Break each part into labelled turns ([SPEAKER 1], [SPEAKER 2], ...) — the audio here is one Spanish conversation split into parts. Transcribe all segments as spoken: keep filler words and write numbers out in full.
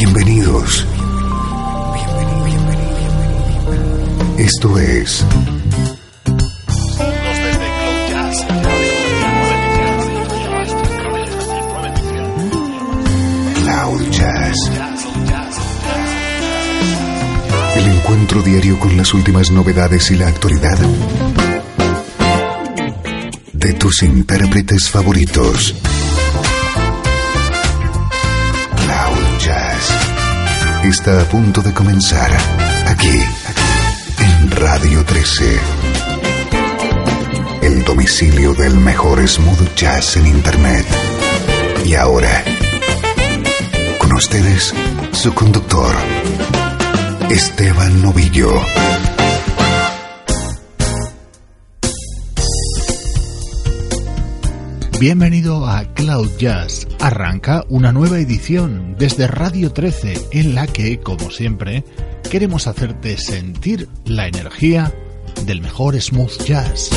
[SPEAKER 1] Bienvenidos. Esto es Cloud Jazz. El encuentro diario con las últimas novedades y la actualidad de tus intérpretes favoritos. Cloud Jazz está a punto de comenzar aquí en Radio trece, el domicilio del mejor smooth jazz en internet. Y ahora, con ustedes, su conductor, Esteban Novillo.
[SPEAKER 2] Bienvenido a Cloud Jazz. Arranca una nueva edición desde Radio trece en la que, como siempre, queremos hacerte sentir la energía del mejor smooth jazz.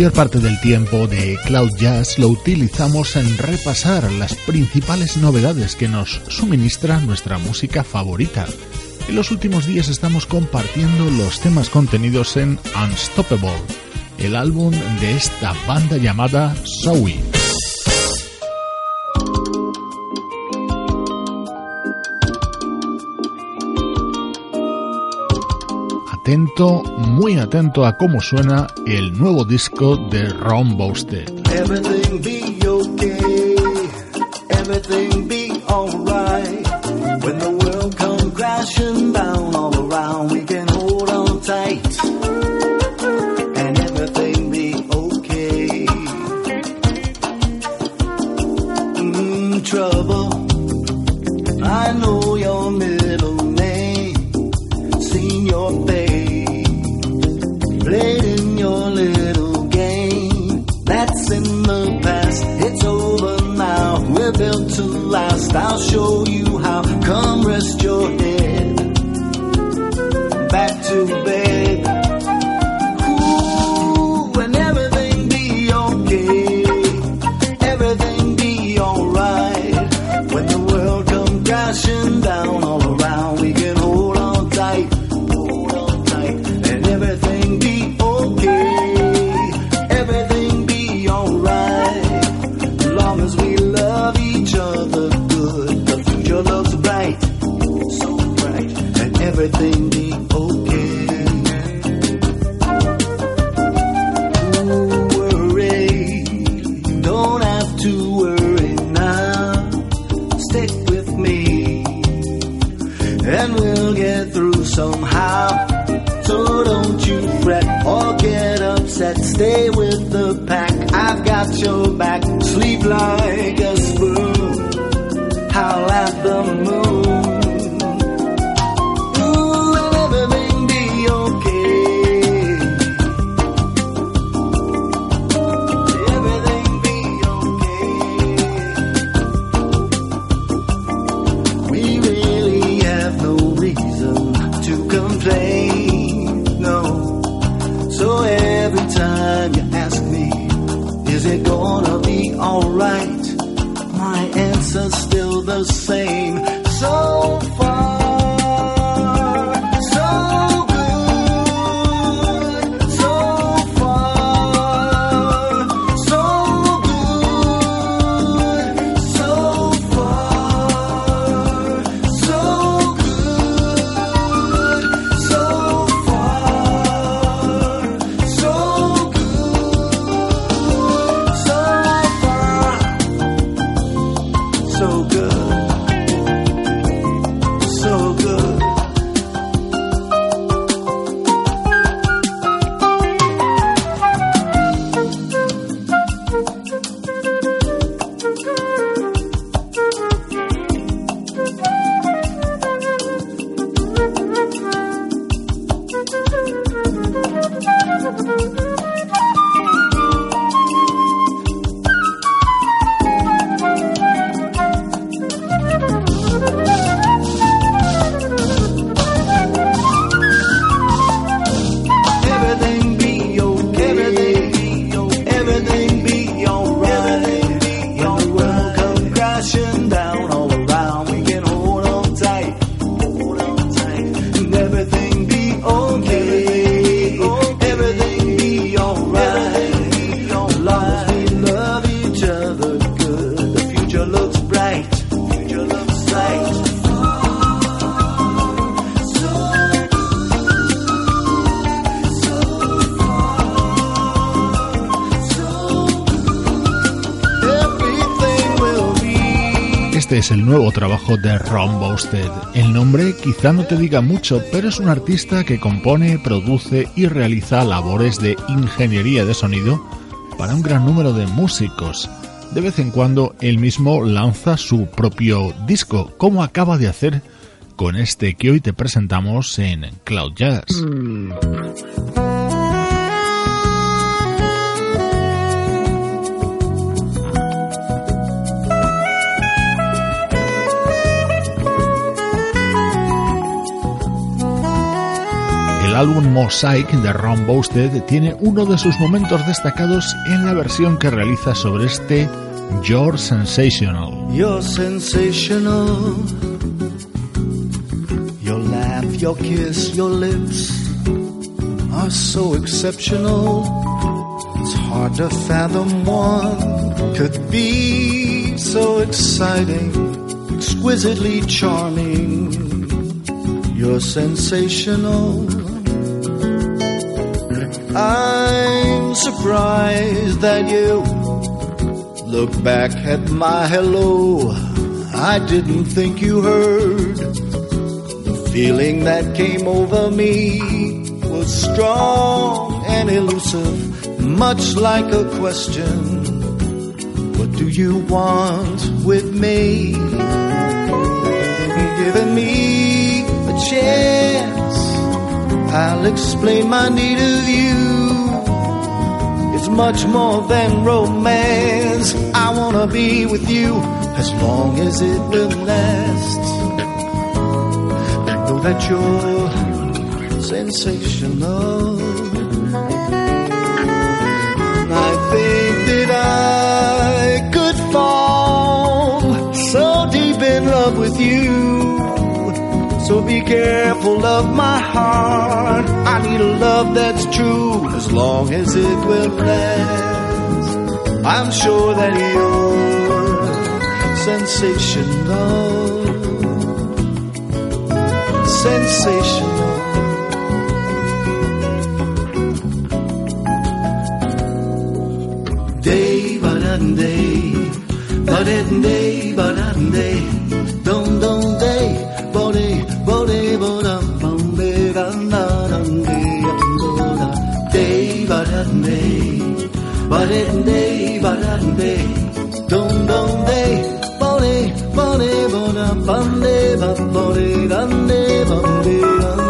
[SPEAKER 2] mayor parte del tiempo de Cloud Jazz lo utilizamos en repasar las principales novedades que nos suministra nuestra música favorita. En los últimos días estamos compartiendo los temas contenidos en Unstoppable, el álbum de esta banda llamada Zoe. Atento, muy atento a cómo suena el nuevo disco de Ron Bousted.
[SPEAKER 3] Everything be okay, everything be alright. When the world comes crashing down all around, we can hold on tight, and everything be okay. Mm, trouble, I know your middle name, seen your face, played in your little game. That's in the past, it's over now, we're built to last. I'll show you how, come rest your head, back to bed. Ooh, and everything be okay, everything be alright. When the world comes crashing down all around, we can hold on tight, hold on tight, and everything be okay, everything be alright. As long as we love each other good, the future looks bright, so bright, and everything be okay. Ooh, worry, don't have to worry now. Stick with me, and we'll get through somehow. So don't you fret or get upset, stay with the pack, I've got your back. Sleep like a spoon, howl at the moon. Ooh, and everything be okay, everything be okay. We really have no reason to complain, no. So every time you ask me, is it gonna be alright? My answer's still the same. So far, so good. So far, so good. So far, so good. So far, so good. So far, so good, so good. Everything be okay, everything be okay, everything be alright. When the world comes crashing down all around, we can hold on tight, hold on tight, and everything be okay, everything be alright. As long as we love each other good, the future looks bright, future looks bright.
[SPEAKER 2] Este es el nuevo trabajo de Ron Bousted. El nombre quizá no te diga mucho, pero es un artista que compone, produce y realiza labores de ingeniería de sonido para un gran número de músicos. De vez en cuando él mismo lanza su propio disco, como acaba de hacer con este que hoy te presentamos en Cloud Jazz. Mm. El álbum Mosaic de Ron Bousted tiene uno de sus momentos destacados en la versión que realiza sobre este You're Sensational.
[SPEAKER 3] You're sensational. Your laugh, your kiss, your lips are so exceptional. It's hard to fathom one could be so exciting, exquisitely charming. You're sensational. I'm surprised that you look back at my hello. I didn't think you heard. The feeling that came over me was strong and elusive, much like a question. What do you want with me? Giving me a chance, I'll explain my need of you. It's much more than romance. I wanna be with you as long as it will last. I know that you're sensational. I think that I could fall so deep in love with you. So be careful of my heart. I need a love that's true as long as it will last. I'm sure that you're sensational. Sensational. Day ba da day, ba da day, ba da day, dum dum day. Body, body, body, body, da da da da day, ba da day, ba da day, ba da day, dum dum day, body, body, body, body, body, da day, body, da.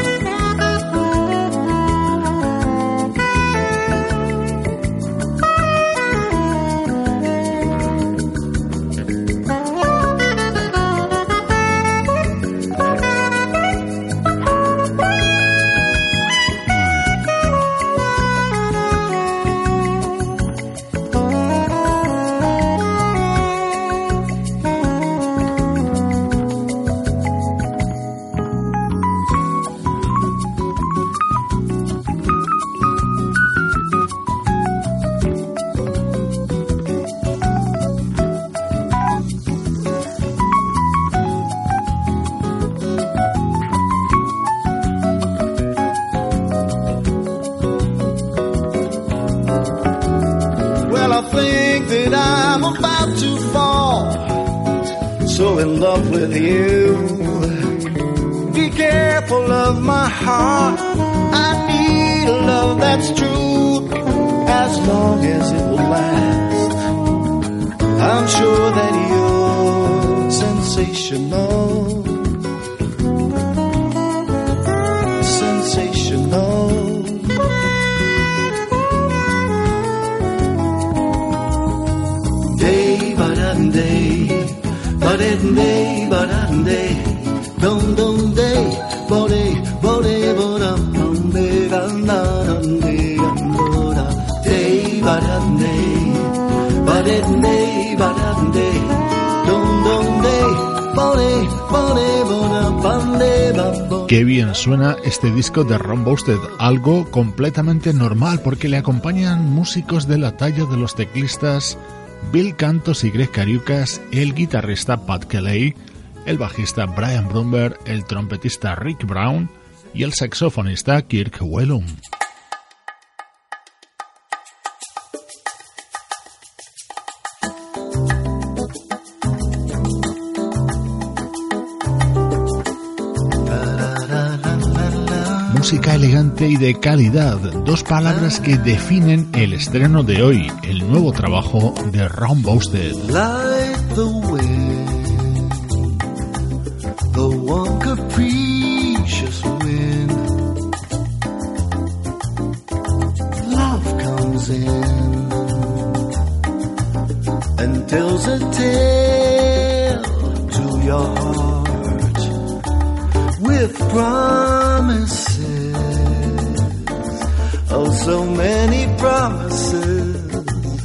[SPEAKER 3] In love with you. Be careful of my heart. I need a love that's true as long as it will last. I'm sure that you're sensational. Sensational. Day by day. Ba-da-day, ba-da-day, dum-dum day, body, body, ba-dum, dum, day, da-da-da-day, da-da-da, day, ba-da-day, ba-da-day, ba-da-day, dum-dum day, body, body, ba-dum, ba-day, ba-day.
[SPEAKER 2] Qué bien suena este disco de Ron Bousted, algo completamente normal porque le acompañan músicos de la talla de los teclistas Bill Cantos y Greg Cariucas, el guitarrista Pat Kelly, el bajista Brian Brumberg, el trompetista Rick Brown y el saxofonista Kirk Whelan. Música elegante y de calidad, dos palabras que definen el estreno de hoy, el nuevo trabajo de Ron Bousted.
[SPEAKER 3] Like the wind, the one capricious wind, love comes in and tells a tale to your heart with promises promises.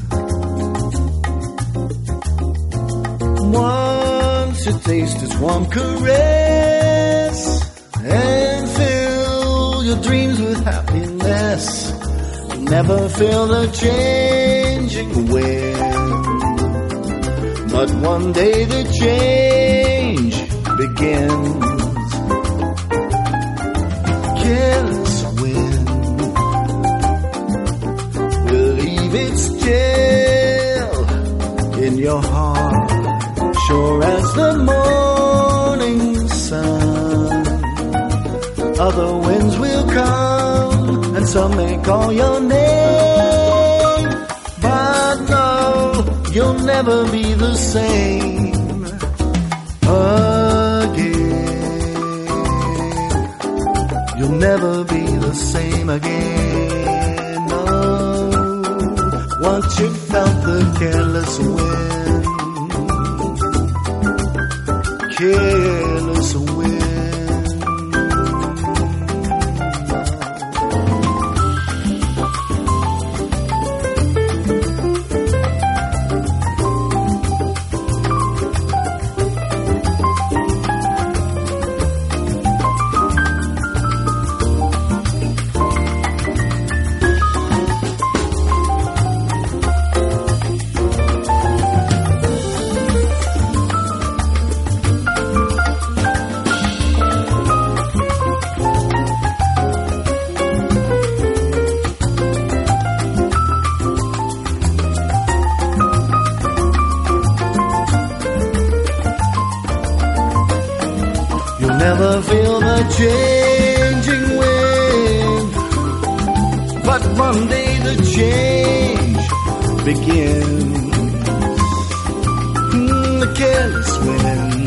[SPEAKER 3] Once you taste its warm caress and fill your dreams with happiness, you'll never feel the changing wind. But one day the change begins. Careless wind will leave its chill in your heart, sure as the morning sun. Other winds will come, and some may call your name, but no, you'll never be the same again. You'll never be the same again, no. Once you felt the careless wind, careless wind. Never feel the changing wind, but one day the change begins. Mm, the careless wind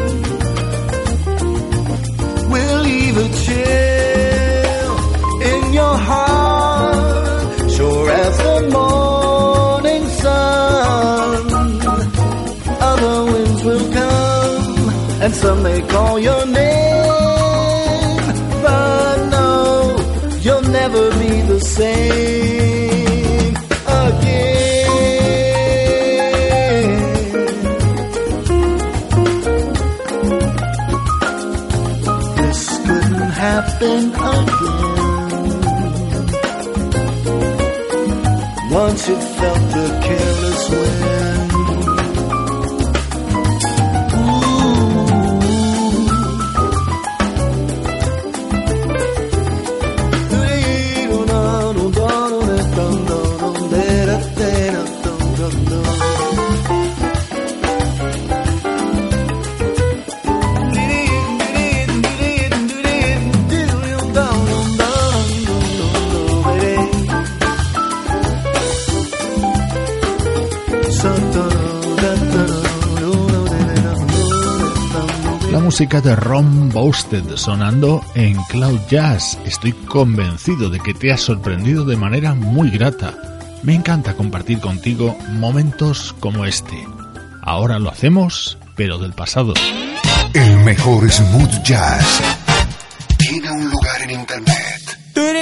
[SPEAKER 3] will leave a chill in your heart, sure as the morning sun. Other winds will come, and some may call your name, but no, you'll never be the same again. This couldn't happen again. Once you felt the careless wind.
[SPEAKER 2] Música de Ron Bousted sonando en Cloud Jazz. Estoy convencido de que te ha sorprendido de manera muy grata. Me encanta compartir contigo momentos como este. Ahora lo hacemos, pero del pasado.
[SPEAKER 1] El mejor smooth jazz tiene un lugar en internet.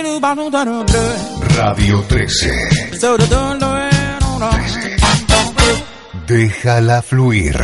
[SPEAKER 1] Radio trece. Déjala fluir.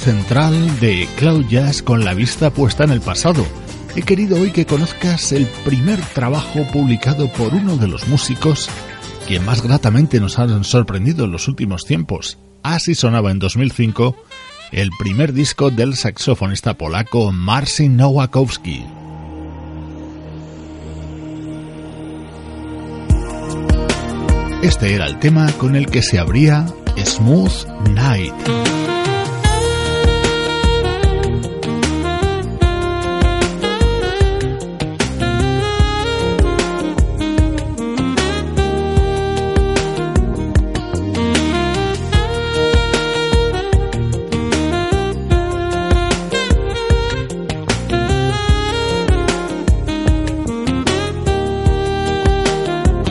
[SPEAKER 2] central de Cloud Jazz con la vista puesta en el pasado. He querido hoy que conozcas el primer trabajo publicado por uno de los músicos que más gratamente nos han sorprendido en los últimos tiempos. Así sonaba en dos mil cinco el primer disco del saxofonista polaco Marcin Nowakowski. Este era el tema con el que se abría Smooth Night.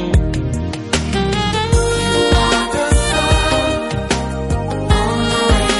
[SPEAKER 4] All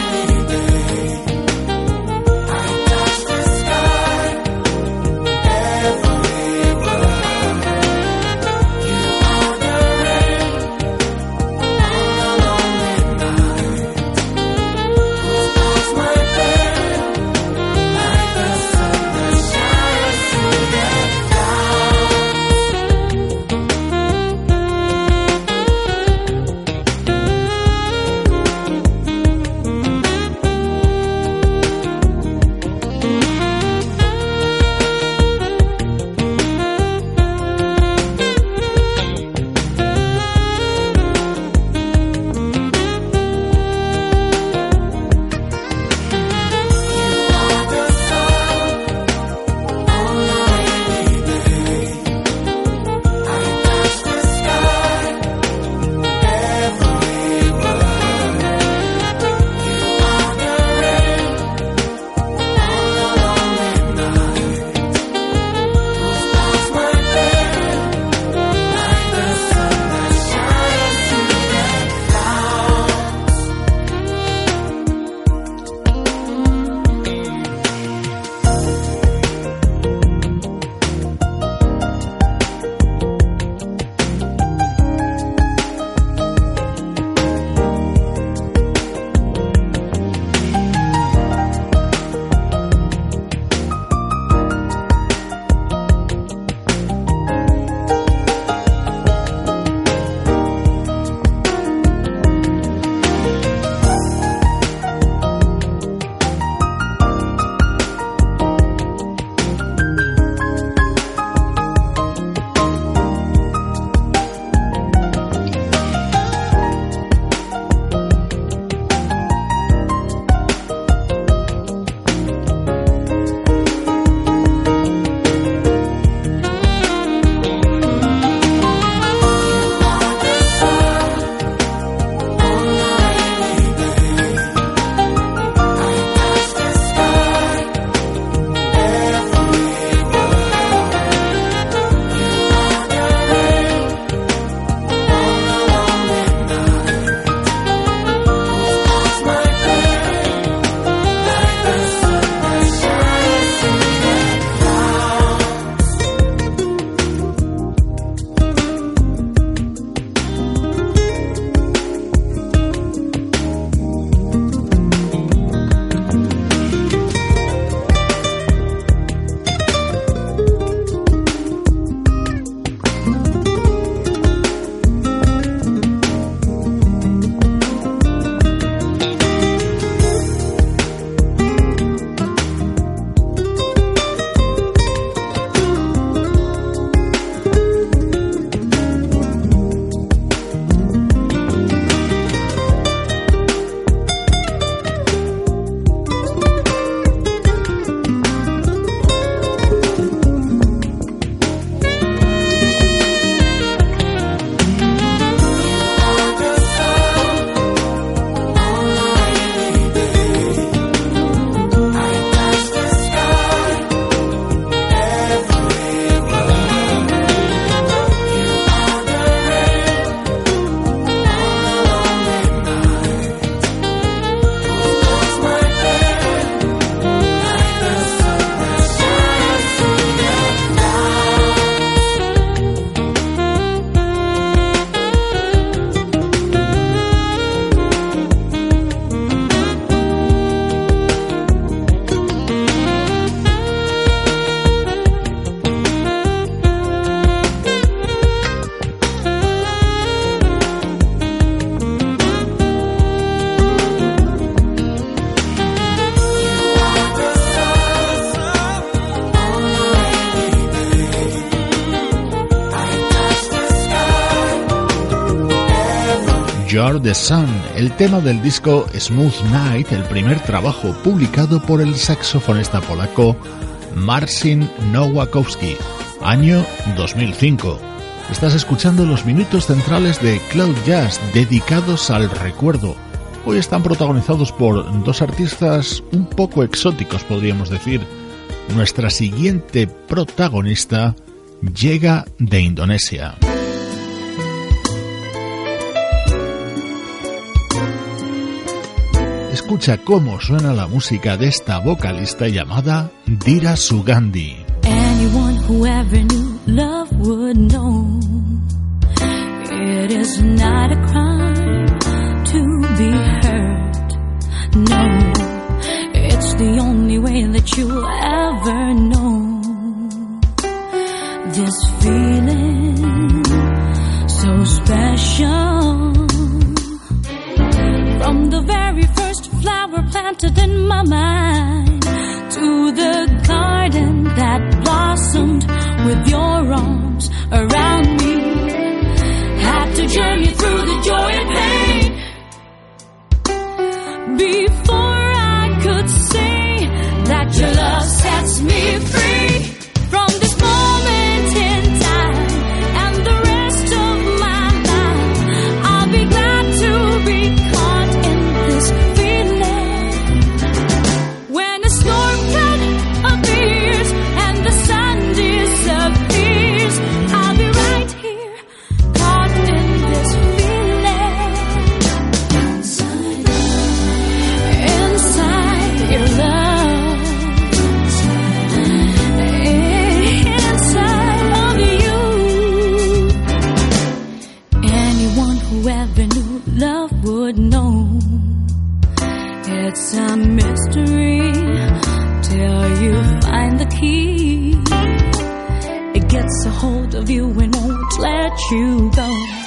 [SPEAKER 2] You're the Sun, el tema del disco Smooth Night, el primer trabajo publicado por el saxofonista polaco Marcin Nowakowski, año dos mil cinco. Estás escuchando los minutos centrales de Cloud Jazz dedicados al recuerdo. Hoy están protagonizados por dos artistas un poco exóticos, podríamos decir. Nuestra siguiente protagonista llega de Indonesia. Escucha cómo suena la música de esta vocalista llamada Dira Sugandi.
[SPEAKER 4] Anyone who ever knew love would know it is not a crime to be hurt. No, it's the only way that you'll ever know this feeling so special. From the very first flower planted in my mind to the garden that blossomed with your arms around me, had to journey through the joy and pain before I could say that your love sets me free. From this moment in time and the rest of my life, I'll be glad to be caught in this feeling. When a storm cloud appears and the sun disappears, I'll be right here, caught in this feeling. Inside, inside your love, inside of you. Anyone who ever knew love would know it's a mystery till you find the key. It gets a hold of you and won't let you go.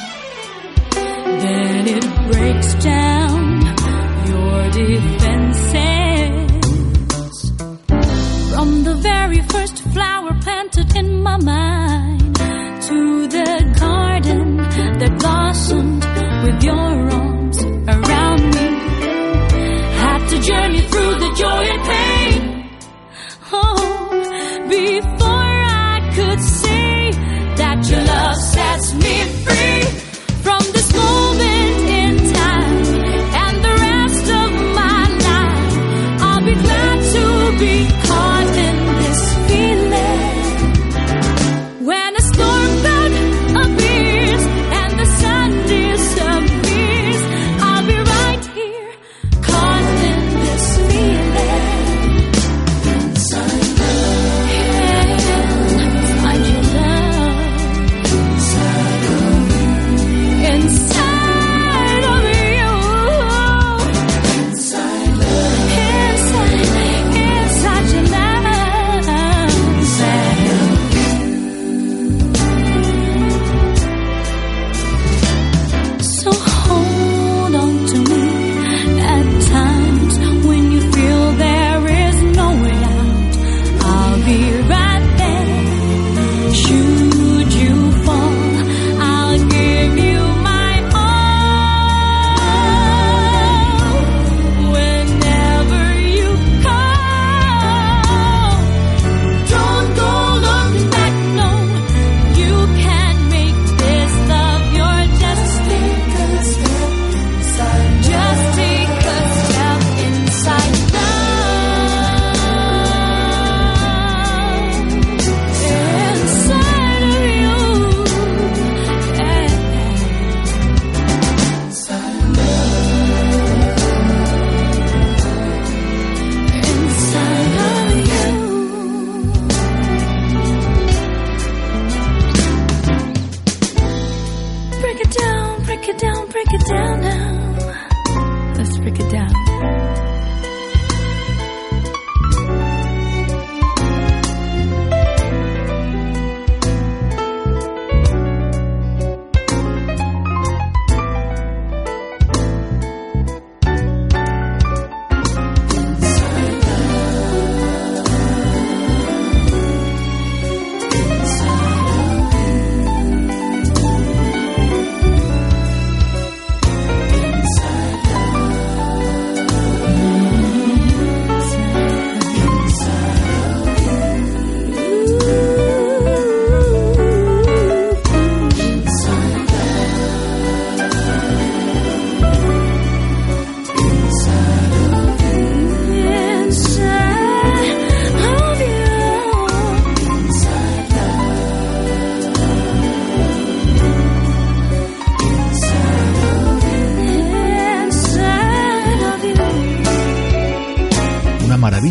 [SPEAKER 4] Then it breaks down your defenses. From the very first flower planted in my mind to the garden that blossomed with your arms around me, had to journey through the joy and pain. Oh, before I could say that your love sets me free. From this moment in time and the rest of my life, I'll be glad to be caught in this feeling. When a storm cloud appears and the sun disappears, I'll be right here, caught in this feeling. Inside love,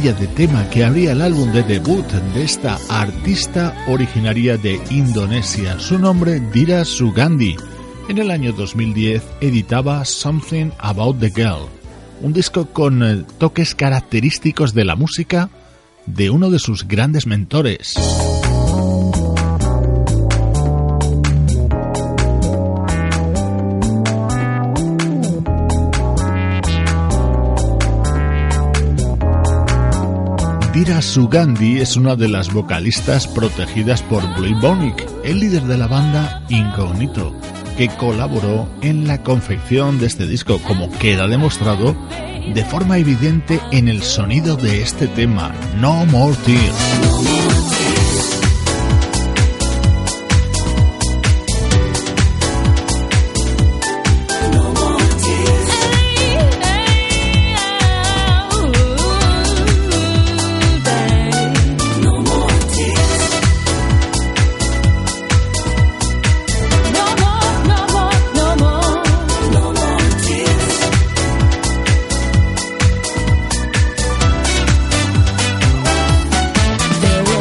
[SPEAKER 2] maravilla de tema que abría el álbum de debut de esta artista originaria de Indonesia. Su nombre, Dira Sugandi. En el año dos mil diez editaba Something About the Girl, un disco con eh, toques característicos de la música de uno de sus grandes mentores. Dira Sugandi es una de las vocalistas protegidas por Blue Bonic, el líder de la banda Incognito, que colaboró en la confección de este disco, como queda demostrado de forma evidente en el sonido de este tema, No More Tears.
[SPEAKER 4] There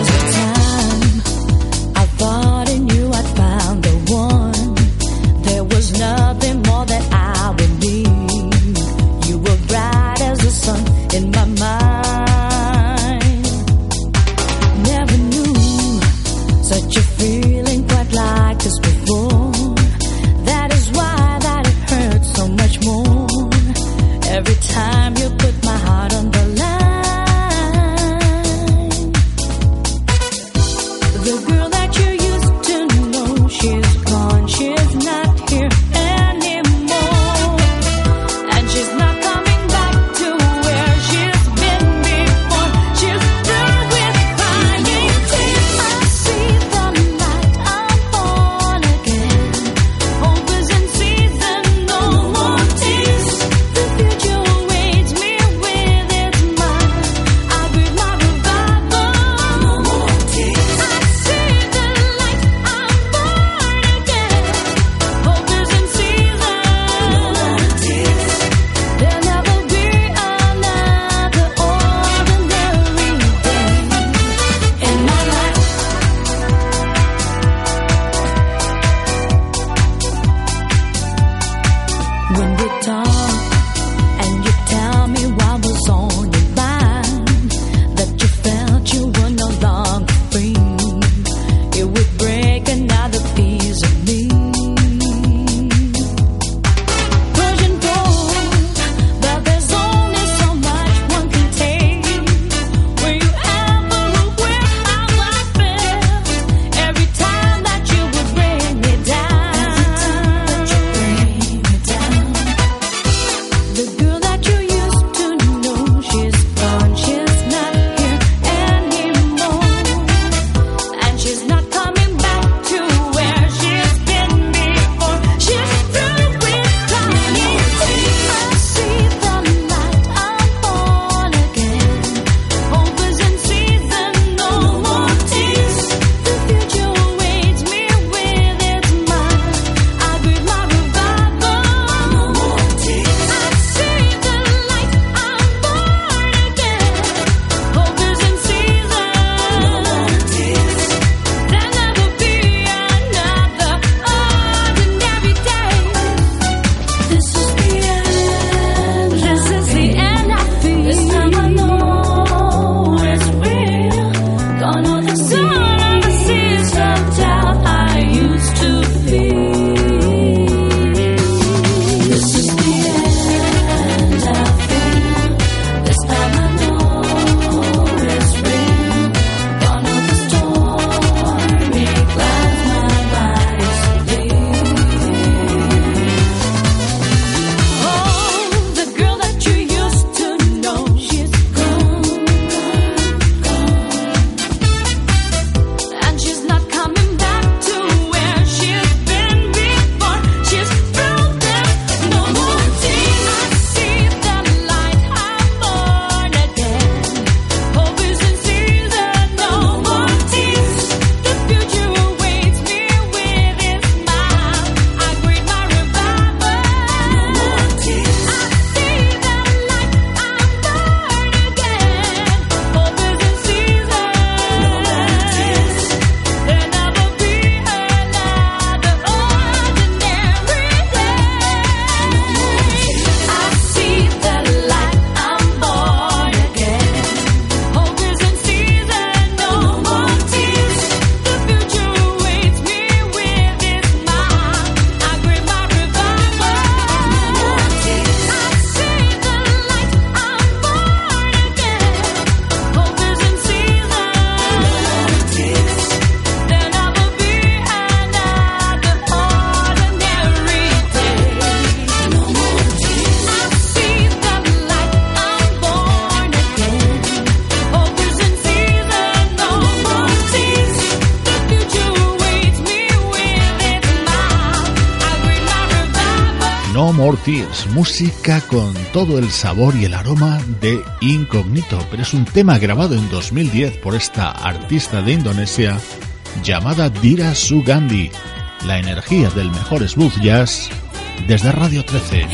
[SPEAKER 2] More Tears, música con todo el sabor y el aroma de Incognito, pero es un tema grabado en dos mil diez por esta artista de Indonesia llamada Dira Sugandi. La energía del mejor smooth jazz desde Radio trece.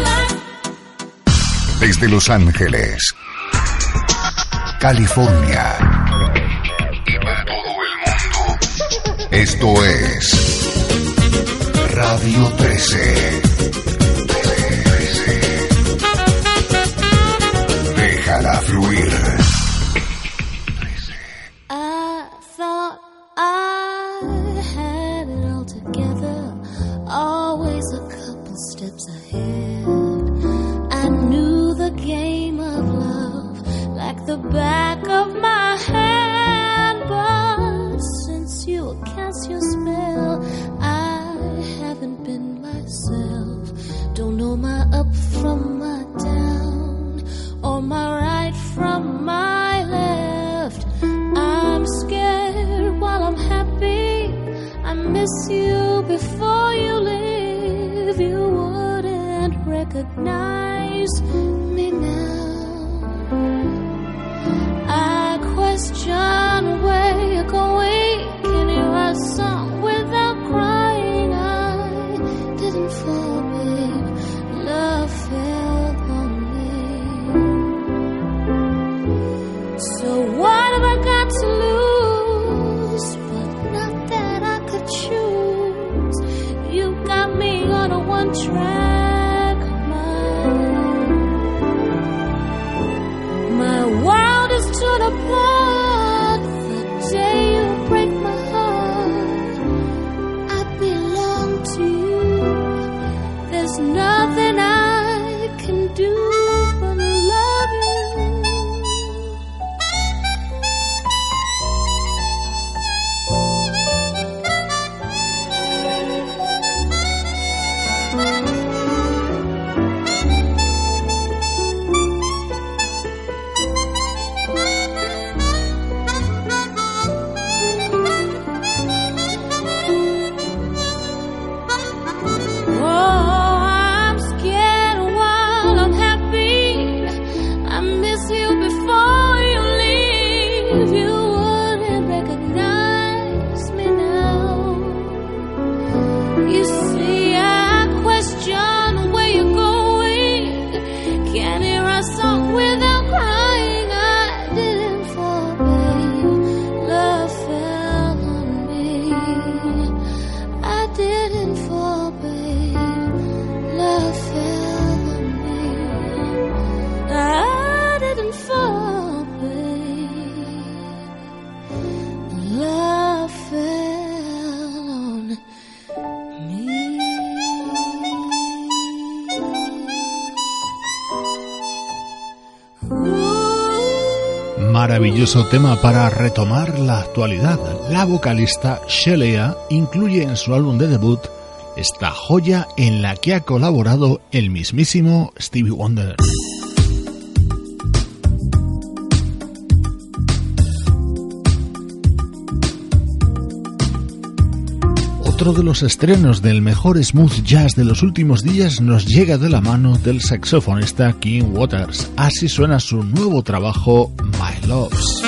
[SPEAKER 1] Desde Los Ángeles, California y para todo el mundo, esto es Radio trece. Déjala fluir.
[SPEAKER 4] I thought I had it all together, always a couple steps ahead. I knew the game of love like the back of my hand, but since you cast your spell, I haven't been myself. Don't know my up from my down, or my right from my left. I'm scared while I'm happy. I miss you before you leave. You wouldn't recognize me now. I question where you're going. Can you write a song without crying? I didn't fall, babe. Love fell on me. So what have I got to lose? But not that I could choose. You got me on a one-track mind. My world is torn apart the day you break my heart. I belong to you. There's nothing I can do but love you.
[SPEAKER 2] Maravilloso tema para retomar la actualidad. La vocalista Shelea incluye en su álbum de debut esta joya en la que ha colaborado el mismísimo Stevie Wonder. Otro de los estrenos del mejor smooth jazz de los últimos días nos llega de la mano del saxofonista King Waters. Así suena su nuevo trabajo, My Loves.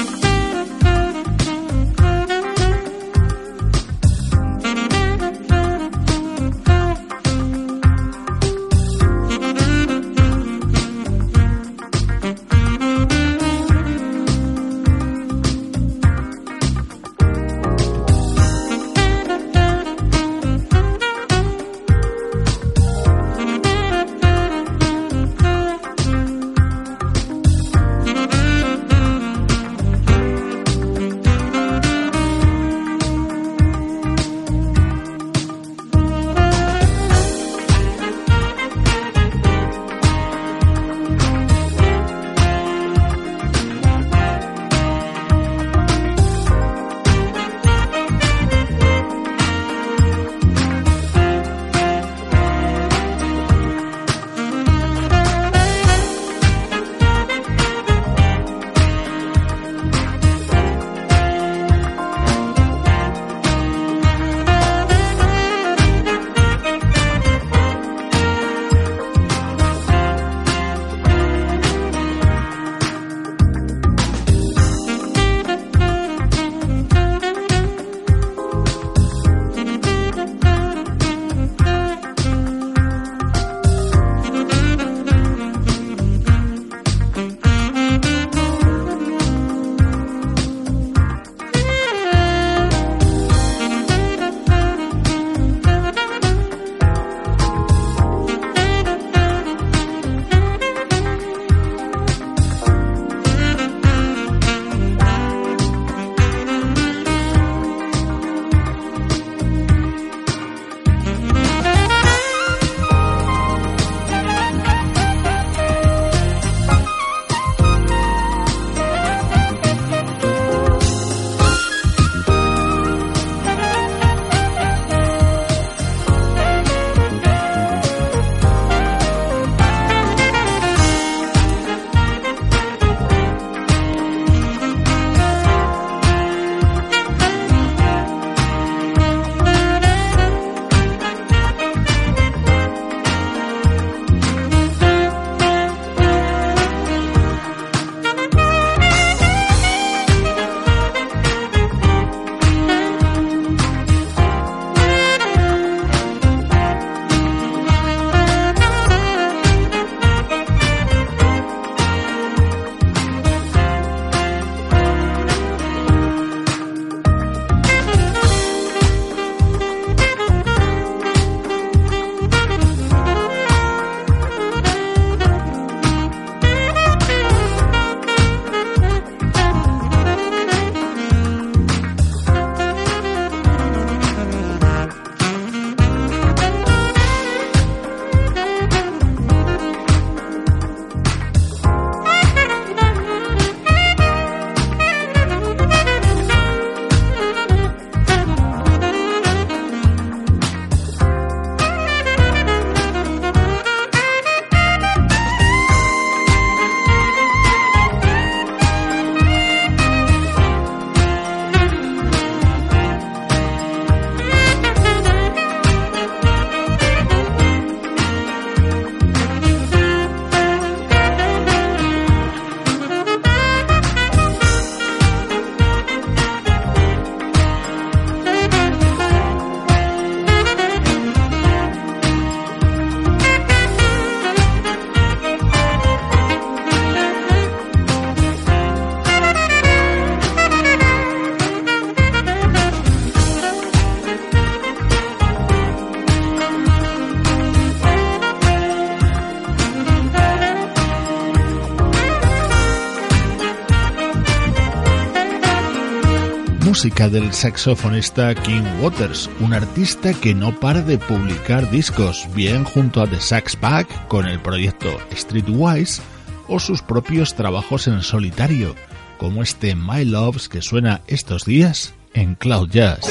[SPEAKER 2] música del saxofonista King Waters, un artista que no para de publicar discos, bien junto a The Sax Pack con el proyecto Streetwise o sus propios trabajos en solitario, como este My Loves que suena estos días en Cloud Jazz.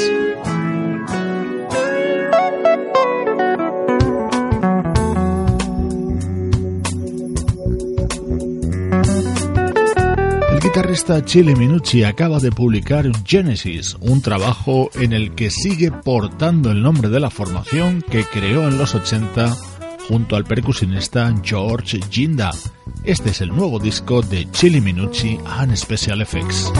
[SPEAKER 2] El guitarrista Chili Minucci acaba de publicar Genesis, un trabajo en el que sigue portando el nombre de la formación que creó en los ochenta junto al percusionista George Ginda. Este es el nuevo disco de Chili Minucci and Special Effects.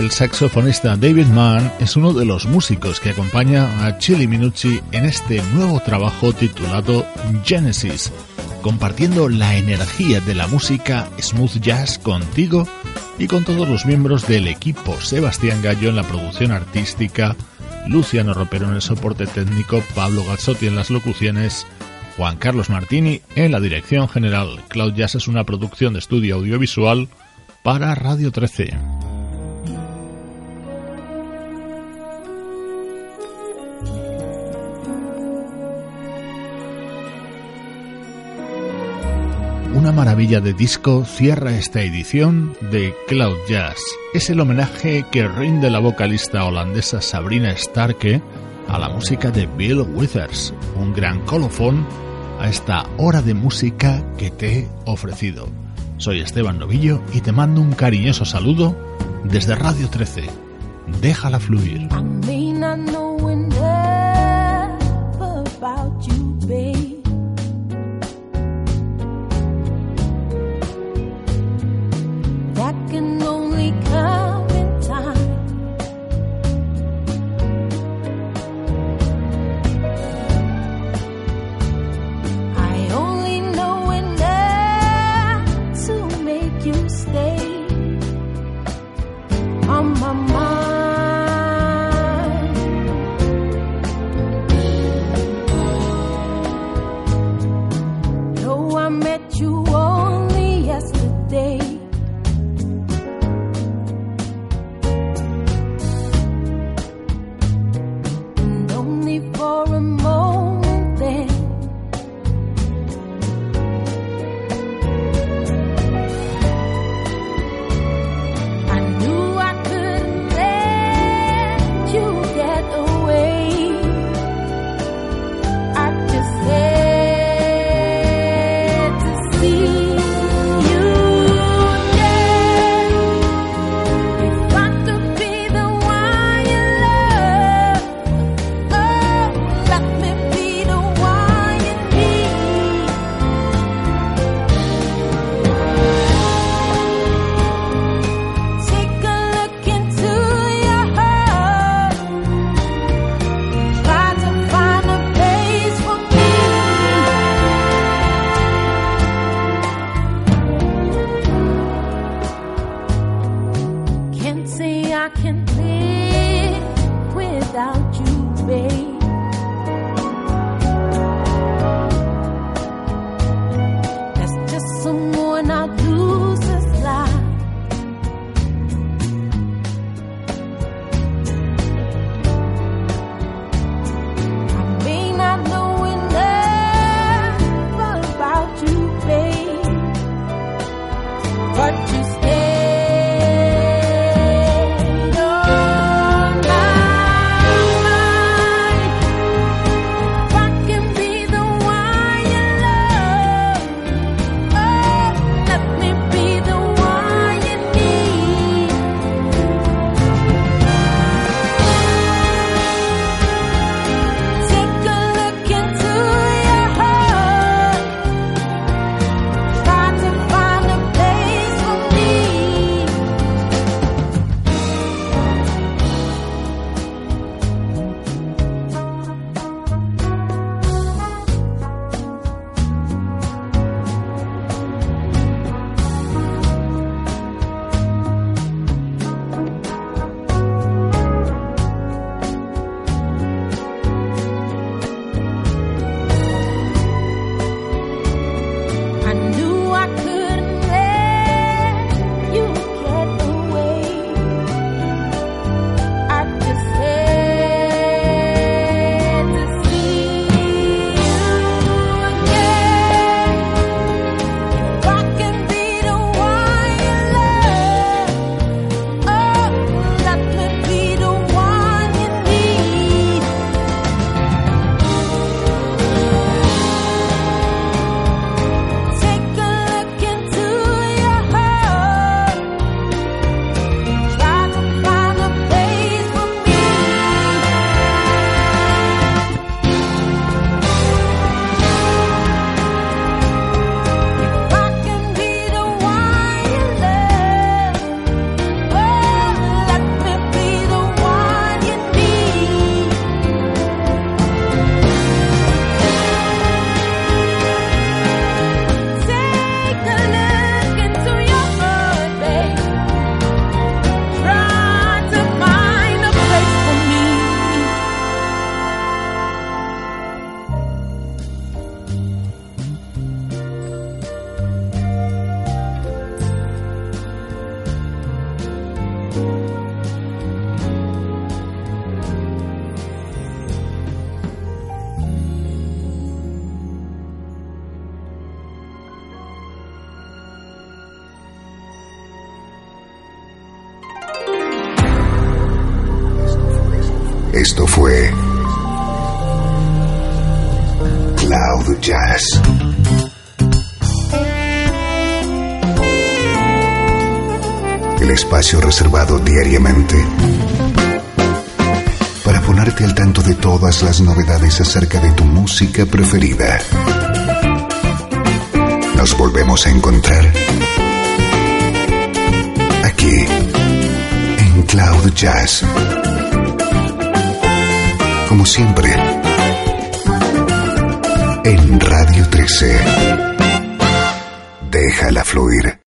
[SPEAKER 2] el saxofonista David Mann es uno de los músicos que acompaña a Chili Minucci en este nuevo trabajo titulado Genesis, compartiendo la energía de la música smooth jazz contigo y con todos los miembros del equipo: Sebastián Gallo en la producción artística, Luciano Ropero en el soporte técnico, Pablo Gazzotti en las locuciones, Juan Carlos Martini en la dirección general. Cloud Jazz es una producción de estudio audiovisual para Radio trece. Una maravilla de disco cierra esta edición de Cloud Jazz. Es el homenaje que rinde la vocalista holandesa Sabrina Starke a la música de Bill Withers, un gran colofón a esta hora de música que te he ofrecido. Soy Esteban Novillo y te mando un cariñoso saludo desde Radio trece. Déjala fluir.
[SPEAKER 5] On my mind,
[SPEAKER 1] Esto fue Cloud Jazz. El espacio reservado diariamente para ponerte al tanto de todas las novedades acerca de tu música preferida. Nos volvemos a encontrar aquí en Cloud Jazz. Como siempre, en Radio trece. Déjala fluir.